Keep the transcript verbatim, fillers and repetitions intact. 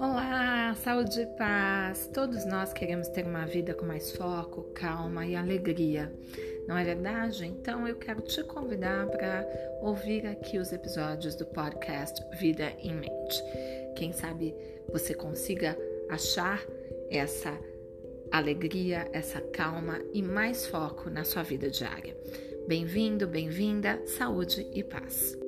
Olá, saúde e paz! Todos nós queremos ter uma vida com mais foco, calma e alegria, não é verdade? Então eu quero te convidar para ouvir aqui os episódios do podcast Vida em Mente. Quem sabe você consiga achar essa alegria, essa calma e mais foco na sua vida diária. Bem-vindo, bem-vinda, saúde e paz!